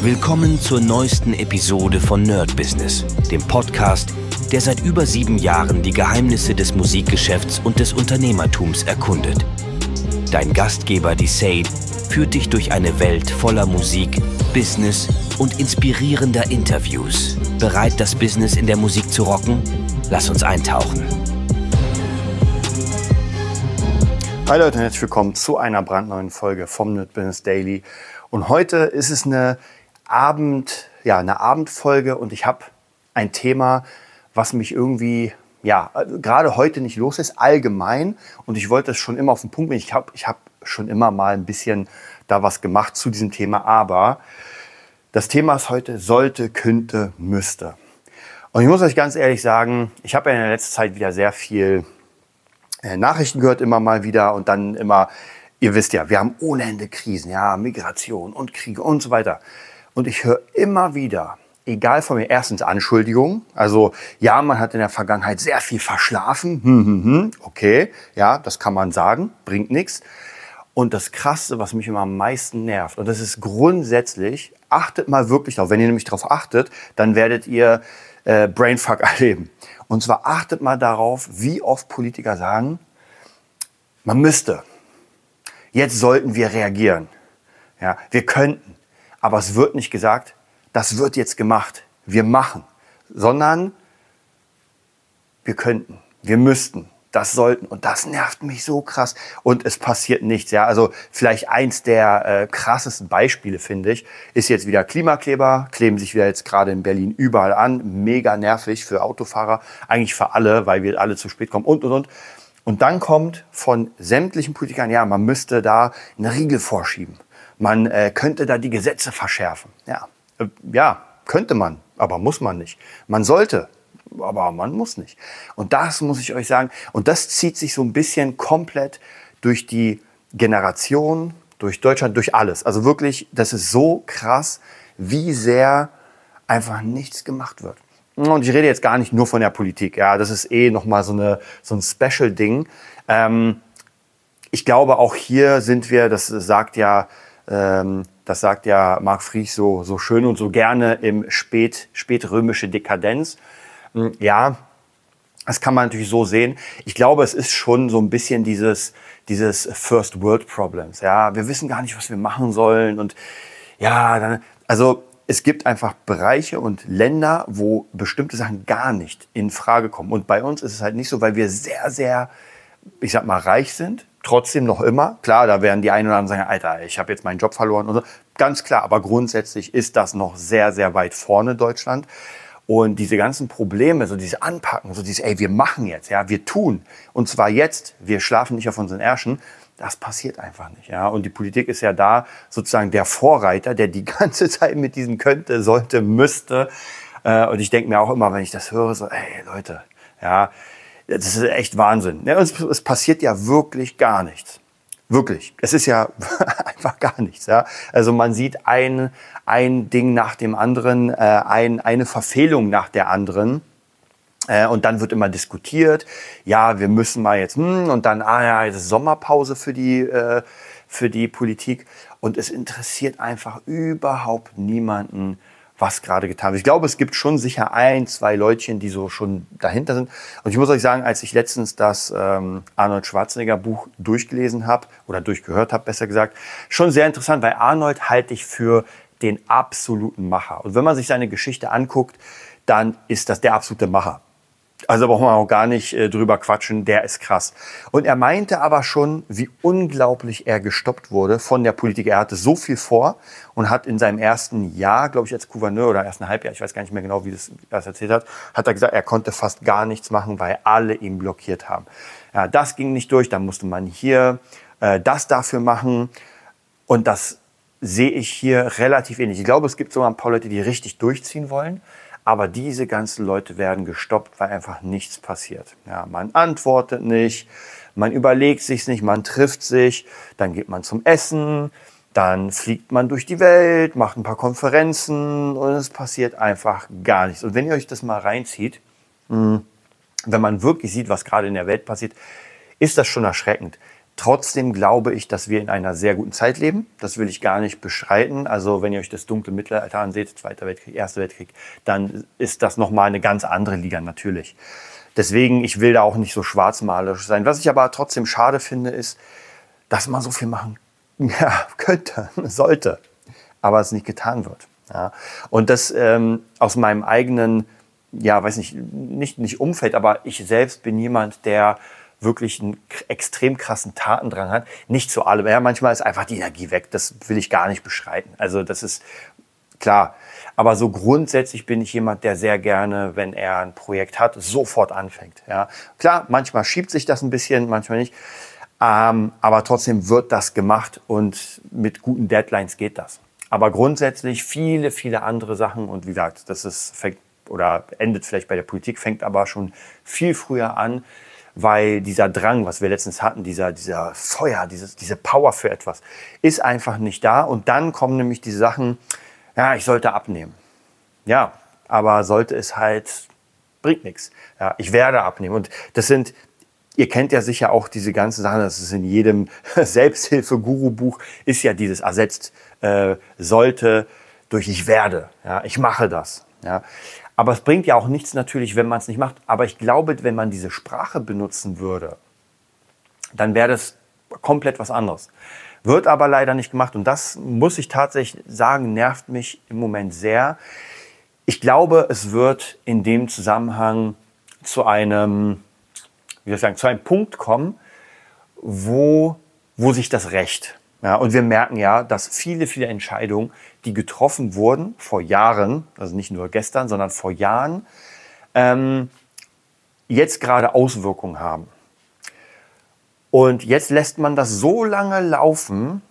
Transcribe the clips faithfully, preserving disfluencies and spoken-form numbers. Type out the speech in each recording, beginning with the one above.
Willkommen zur neuesten Episode von Nerd Business, dem Podcast, der seit über sieben Jahren die Geheimnisse des Musikgeschäfts und des Unternehmertums erkundet. Dein Gastgeber Desaid führt dich durch eine Welt voller Musik, Business und inspirierender Interviews. Bereit, das Business in der Musik zu rocken? Lass uns eintauchen. Hi Leute und herzlich willkommen zu einer brandneuen Folge vom Nerd Business Daily. Und heute ist es eine Abend, ja, eine Abendfolge und ich habe ein Thema, was mich irgendwie, ja, gerade heute nicht los ist, allgemein. Und ich wollte es schon immer auf den Punkt bringen. Ich habe ich hab schon immer mal ein bisschen da was gemacht zu diesem Thema. Aber das Thema ist heute sollte, könnte, müsste. Und ich muss euch ganz ehrlich sagen, ich habe ja in der letzten Zeit wieder sehr viel äh, Nachrichten gehört, immer mal wieder. Und dann immer, ihr wisst ja, wir haben ohne Ende Krisen, ja, Migration und Kriege und so weiter. Und ich höre immer wieder, egal von mir, erstens Anschuldigungen. Also ja, man hat in der Vergangenheit sehr viel verschlafen. Hm, hm, hm. Okay, ja, das kann man sagen, bringt nichts. Und das Krasse, was mich immer am meisten nervt, und das ist grundsätzlich, achtet mal wirklich darauf, wenn ihr nämlich darauf achtet, dann werdet ihr äh, Brainfuck erleben. Und zwar achtet mal darauf, wie oft Politiker sagen, man müsste, jetzt sollten wir reagieren. Ja, wir könnten. Aber es wird nicht gesagt, das wird jetzt gemacht, wir machen, sondern wir könnten, wir müssten, das sollten. Und das nervt mich so krass. Und es passiert nichts. Ja? Also vielleicht eins der äh, krassesten Beispiele, finde ich, ist jetzt wieder Klimakleber. Kleben sich wieder jetzt gerade in Berlin überall an. Mega nervig für Autofahrer, eigentlich für alle, weil wir alle zu spät kommen und, und, und. Und dann kommt von sämtlichen Politikern, ja, man müsste da einen Riegel vorschieben. Man äh, könnte da die Gesetze verschärfen. Ja, äh, ja, könnte man, aber muss man nicht. Man sollte, aber man muss nicht. Und das muss ich euch sagen. Und das zieht sich so ein bisschen komplett durch die Generation, durch Deutschland, durch alles. Also wirklich, das ist so krass, wie sehr einfach nichts gemacht wird. Und ich rede jetzt gar nicht nur von der Politik. Ja, das ist eh nochmal so, eine, so ein Special-Ding. Ähm, ich glaube, auch hier sind wir, das sagt ja, ähm, das sagt ja Marc Frisch so, so schön und so gerne im Spät, spätrömische Dekadenz. Ja, das kann man natürlich so sehen. Ich glaube, es ist schon so ein bisschen dieses, dieses First World Problems. Ja, wir wissen gar nicht, was wir machen sollen. Und ja, dann, also es gibt einfach Bereiche und Länder, wo bestimmte Sachen gar nicht in Frage kommen. Und bei uns ist es halt nicht so, weil wir sehr, sehr, ich sag mal, reich sind. Trotzdem noch immer. Klar, da werden die einen oder anderen sagen, Alter, ich habe jetzt meinen Job verloren. Und so. Ganz klar, aber grundsätzlich ist das noch sehr, sehr weit vorne, Deutschland. Und diese ganzen Probleme, so dieses Anpacken, so dieses, ey, wir machen jetzt, ja, wir tun. Und zwar jetzt, wir schlafen nicht auf unseren Ärschen. Das passiert einfach nicht. Ja? Und die Politik ist ja da sozusagen der Vorreiter, der die ganze Zeit mit diesem könnte, sollte, müsste. Und ich denke mir auch immer, wenn ich das höre, so, ey, Leute, ja, das ist echt Wahnsinn. Ja, es, es passiert ja wirklich gar nichts. Wirklich. Es ist ja einfach gar nichts. Ja? Also man sieht ein, ein Ding nach dem anderen, äh, ein, eine Verfehlung nach der anderen. Äh, und dann wird immer diskutiert. Ja, wir müssen mal jetzt, hm, und dann, ah ja, jetzt ist Sommerpause für die, äh, für die Politik. Und es interessiert einfach überhaupt niemanden, was gerade getan wird. Ich glaube, es gibt schon sicher ein, zwei Leutchen, die so schon dahinter sind. Und ich muss euch sagen, als ich letztens das ähm, Arnold Schwarzenegger Buch durchgelesen habe, oder durchgehört habe, besser gesagt, schon sehr interessant, weil Arnold halte ich für den absoluten Macher. Und wenn man sich seine Geschichte anguckt, dann ist das der absolute Macher. Also braucht man auch gar nicht äh, drüber quatschen, der ist krass. Und er meinte aber schon, wie unglaublich er gestoppt wurde von der Politik. Er hatte so viel vor und hat in seinem ersten Jahr, glaube ich, als Gouverneur oder ersten Halbjahr, ich weiß gar nicht mehr genau, wie das, wie das erzählt hat, hat er gesagt, er konnte fast gar nichts machen, weil alle ihn blockiert haben. Ja, das ging nicht durch, dann musste man hier äh, das dafür machen. Und das sehe ich hier relativ ähnlich. Ich glaube, es gibt sogar ein paar Leute, die richtig durchziehen wollen. Aber diese ganzen Leute werden gestoppt, weil einfach nichts passiert. Ja, man antwortet nicht, man überlegt sich's nicht, man trifft sich, dann geht man zum Essen, dann fliegt man durch die Welt, macht ein paar Konferenzen und es passiert einfach gar nichts. Und wenn ihr euch das mal reinzieht, wenn man wirklich sieht, was gerade in der Welt passiert, ist das schon erschreckend. Trotzdem glaube ich, dass wir in einer sehr guten Zeit leben. Das will ich gar nicht beschreiten. Also wenn ihr euch das dunkle Mittelalter anseht, Zweiter Weltkrieg, Erster Weltkrieg, dann ist das nochmal eine ganz andere Liga natürlich. Deswegen, ich will da auch nicht so schwarzmalerisch sein. Was ich aber trotzdem schade finde, ist, dass man so viel machen ja, könnte, sollte, aber es nicht getan wird. Ja. Und das ähm, aus meinem eigenen, ja, weiß nicht, nicht, nicht Umfeld, aber ich selbst bin jemand, der wirklich einen extrem krassen Tatendrang hat. Nicht zu allem. Ja, manchmal ist einfach die Energie weg. Das will ich gar nicht beschreiten. Also das ist klar. Aber so grundsätzlich bin ich jemand, der sehr gerne, wenn er ein Projekt hat, sofort anfängt. Ja. Klar, manchmal schiebt sich das ein bisschen, manchmal nicht. Ähm, aber trotzdem wird das gemacht und mit guten Deadlines geht das. Aber grundsätzlich viele, viele andere Sachen. Und wie gesagt, das ist, fängt oder endet vielleicht bei der Politik, fängt aber schon viel früher an. Weil dieser Drang, was wir letztens hatten, dieser, dieser Feuer, dieses, diese Power für etwas, ist einfach nicht da. Und dann kommen nämlich die Sachen, ja, ich sollte abnehmen. Ja, aber sollte es halt, bringt nichts. Ja, ich werde abnehmen. Und das sind, ihr kennt ja sicher auch diese ganzen Sachen, das ist in jedem Selbsthilfe-Guru-Buch, ist ja dieses ersetzt, äh, sollte durch ich werde. Ja, ich mache das. Ja. Aber es bringt ja auch nichts natürlich, wenn man es nicht macht. Aber ich glaube, wenn man diese Sprache benutzen würde, dann wäre das komplett was anderes. Wird aber leider nicht gemacht. Und das muss ich tatsächlich sagen, nervt mich im Moment sehr. Ich glaube, es wird in dem Zusammenhang zu einem, wie soll ich sagen, zu einem Punkt kommen, wo, wo sich das rächt. Ja, und wir merken ja, dass viele, viele Entscheidungen, die getroffen wurden vor Jahren, also nicht nur gestern, sondern vor Jahren, ähm, jetzt gerade Auswirkungen haben. Und jetzt lässt man das so lange laufen,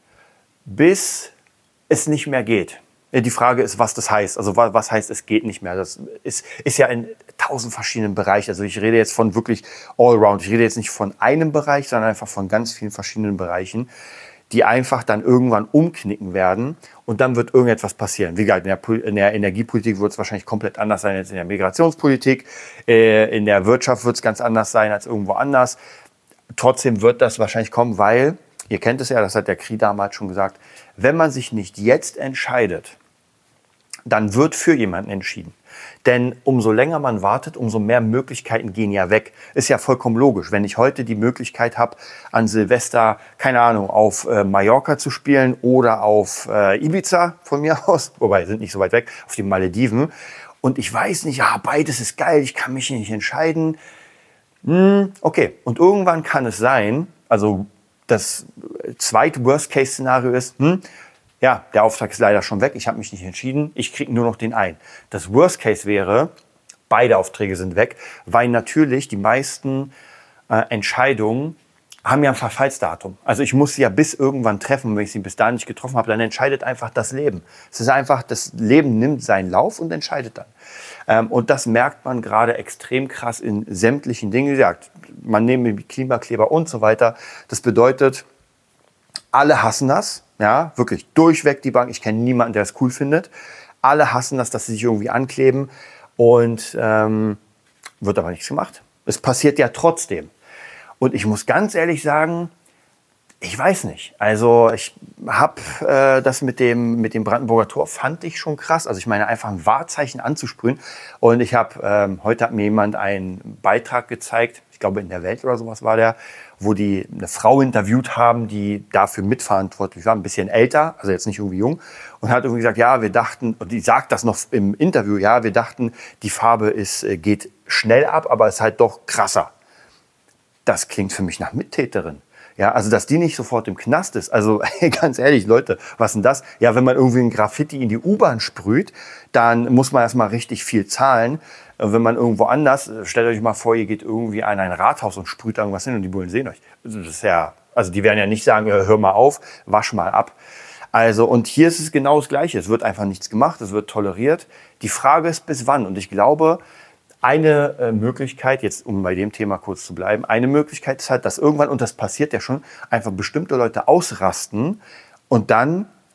bis es nicht mehr geht. Die Frage ist, was das heißt. Also was heißt, es geht nicht mehr? Das ist, ist ja in tausend verschiedenen Bereichen. Also ich rede jetzt von wirklich allround. Ich rede jetzt nicht von einem Bereich, sondern einfach von ganz vielen verschiedenen Bereichen, die einfach dann irgendwann umknicken werden und dann wird irgendetwas passieren. Wie gesagt, in der, in der Energiepolitik wird es wahrscheinlich komplett anders sein als in der Migrationspolitik. Äh, in der Wirtschaft wird es ganz anders sein als irgendwo anders. Trotzdem wird das wahrscheinlich kommen, weil, ihr kennt es ja, das hat der Kri damals schon gesagt, wenn man sich nicht jetzt entscheidet, dann wird für jemanden entschieden. Denn umso länger man wartet, umso mehr Möglichkeiten gehen ja weg. Ist ja vollkommen logisch. Wenn ich heute die Möglichkeit habe, an Silvester, keine Ahnung, auf äh, Mallorca zu spielen oder auf äh, Ibiza von mir aus, wobei, sind nicht so weit weg, auf die Malediven. Und ich weiß nicht, ja, beides ist geil, ich kann mich nicht entscheiden. Hm, okay, und irgendwann kann es sein, also das zweite Worst-Case-Szenario ist, hm, ja, der Auftrag ist leider schon weg, ich habe mich nicht entschieden, ich kriege nur noch den einen. Das Worst Case wäre, beide Aufträge sind weg, weil natürlich die meisten äh, Entscheidungen haben ja ein Verfallsdatum. Also ich muss sie ja bis irgendwann treffen, wenn ich sie bis dahin nicht getroffen habe, dann entscheidet einfach das Leben. Es ist einfach, das Leben nimmt seinen Lauf und entscheidet dann. Ähm, und das merkt man gerade extrem krass in sämtlichen Dingen. Wie gesagt, man nimmt Klimakleber und so weiter. Das bedeutet, alle hassen das. Ja, wirklich durchweg die Bank. Ich kenne niemanden, der das cool findet. Alle hassen das, dass sie sich irgendwie ankleben. Und ähm, wird aber nichts gemacht. Es passiert ja trotzdem. Und ich muss ganz ehrlich sagen, ich weiß nicht. Also ich habe äh, das mit dem, mit dem Brandenburger Tor fand ich schon krass. Also ich meine, einfach ein Wahrzeichen anzusprühen. Und ich habe, ähm, heute hat mir jemand einen Beitrag gezeigt, ich glaube in der Welt oder sowas war der, wo die eine Frau interviewt haben, die dafür mitverantwortlich war, ein bisschen älter, also jetzt nicht irgendwie jung, und hat irgendwie gesagt, ja, wir dachten, und die sagt das noch im Interview, ja, wir dachten, die Farbe ist, geht schnell ab, aber ist halt doch krasser. Das klingt für mich nach Mittäterin. Ja, also dass die nicht sofort im Knast ist. Also ganz ehrlich, Leute, was denn das? Ja, wenn man irgendwie ein Graffiti in die U-Bahn sprüht, dann muss man erstmal richtig viel zahlen. Wenn man irgendwo anders, stellt euch mal vor, ihr geht irgendwie an ein Rathaus und sprüht irgendwas hin und die Bullen sehen euch. Das ist ja, also die werden ja nicht sagen, hör mal auf, wasch mal ab. Also und hier ist es genau das Gleiche. Es wird einfach nichts gemacht, es wird toleriert. Die Frage ist, bis wann? Und ich glaube, eine äh, Möglichkeit, jetzt um bei dem Thema kurz zu bleiben, eine Möglichkeit ist halt, dass irgendwann, und das passiert ja schon, einfach bestimmte Leute ausrasten und dann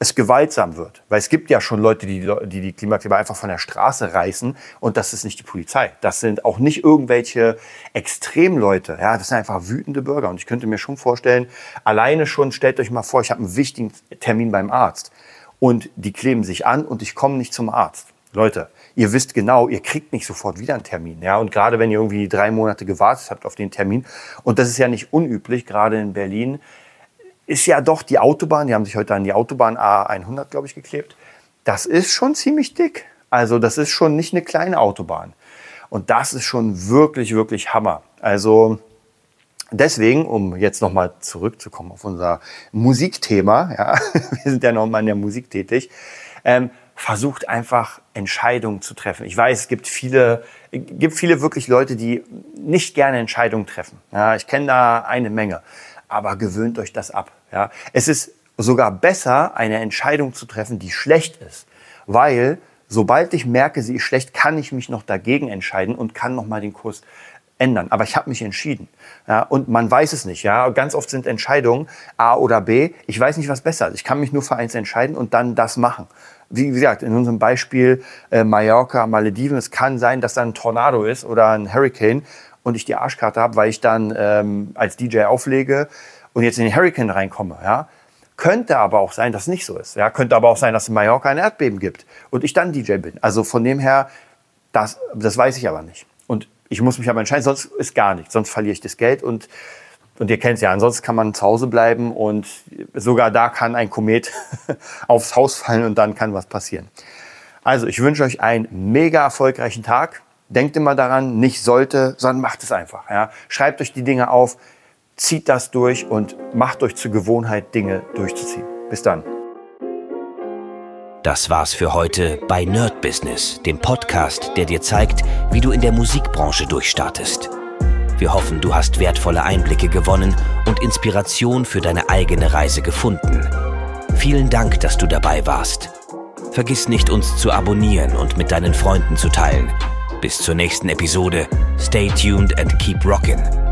es gewaltsam wird. Weil es gibt ja schon Leute, die die, die Klimakleber einfach von der Straße reißen und das ist nicht die Polizei. Das sind auch nicht irgendwelche Extremleute. Ja, das sind einfach wütende Bürger. Und ich könnte mir schon vorstellen, alleine schon, stellt euch mal vor, ich habe einen wichtigen Termin beim Arzt und die kleben sich an und ich komme nicht zum Arzt. Leute, ihr wisst genau, ihr kriegt nicht sofort wieder einen Termin. Ja? Und gerade wenn ihr irgendwie drei Monate gewartet habt auf den Termin, und das ist ja nicht unüblich, gerade in Berlin, ist ja doch die Autobahn, die haben sich heute an die Autobahn A hundert, glaube ich, geklebt. Das ist schon ziemlich dick. Also das ist schon nicht eine kleine Autobahn. Und das ist schon wirklich, wirklich Hammer. Also deswegen, um jetzt nochmal zurückzukommen auf unser Musikthema, ja, wir sind ja nochmal in der Musik tätig, ähm, versucht einfach Entscheidungen zu treffen. Ich weiß, es gibt viele, gibt viele wirklich Leute, die nicht gerne Entscheidungen treffen. Ja, ich kenne da eine Menge. Aber gewöhnt euch das ab. Ja. Es ist sogar besser, eine Entscheidung zu treffen, die schlecht ist. Weil sobald ich merke, sie ist schlecht, kann ich mich noch dagegen entscheiden und kann noch mal den Kurs ändern. Aber ich habe mich entschieden. Ja, und man weiß es nicht. Ja. Ganz oft sind Entscheidungen A oder B. Ich weiß nicht, was besser ist. Ich kann mich nur für eins entscheiden und dann das machen. Wie gesagt, in unserem Beispiel äh, Mallorca, Malediven, es kann sein, dass da ein Tornado ist oder ein Hurricane und ich die Arschkarte habe, weil ich dann ähm, als D J auflege und jetzt in den Hurricane reinkomme. Ja? Könnte aber auch sein, dass es nicht so ist. Ja? Könnte aber auch sein, dass es in Mallorca ein Erdbeben gibt und ich dann D J bin. Also von dem her, das, das weiß ich aber nicht. Und ich muss mich aber entscheiden, sonst ist gar nichts. Sonst verliere ich das Geld und Und ihr kennt es ja, ansonsten kann man zu Hause bleiben und sogar da kann ein Komet aufs Haus fallen und dann kann was passieren. Also ich wünsche euch einen mega erfolgreichen Tag. Denkt immer daran, nicht sollte, sondern macht es einfach. Ja? Schreibt euch die Dinge auf, zieht das durch und macht euch zur Gewohnheit, Dinge durchzuziehen. Bis dann. Das war's für heute bei Nerd Business, dem Podcast, der dir zeigt, wie du in der Musikbranche durchstartest. Wir hoffen, du hast wertvolle Einblicke gewonnen und Inspiration für deine eigene Reise gefunden. Vielen Dank, dass du dabei warst. Vergiss nicht, uns zu abonnieren und mit deinen Freunden zu teilen. Bis zur nächsten Episode. Stay tuned and keep rockin'.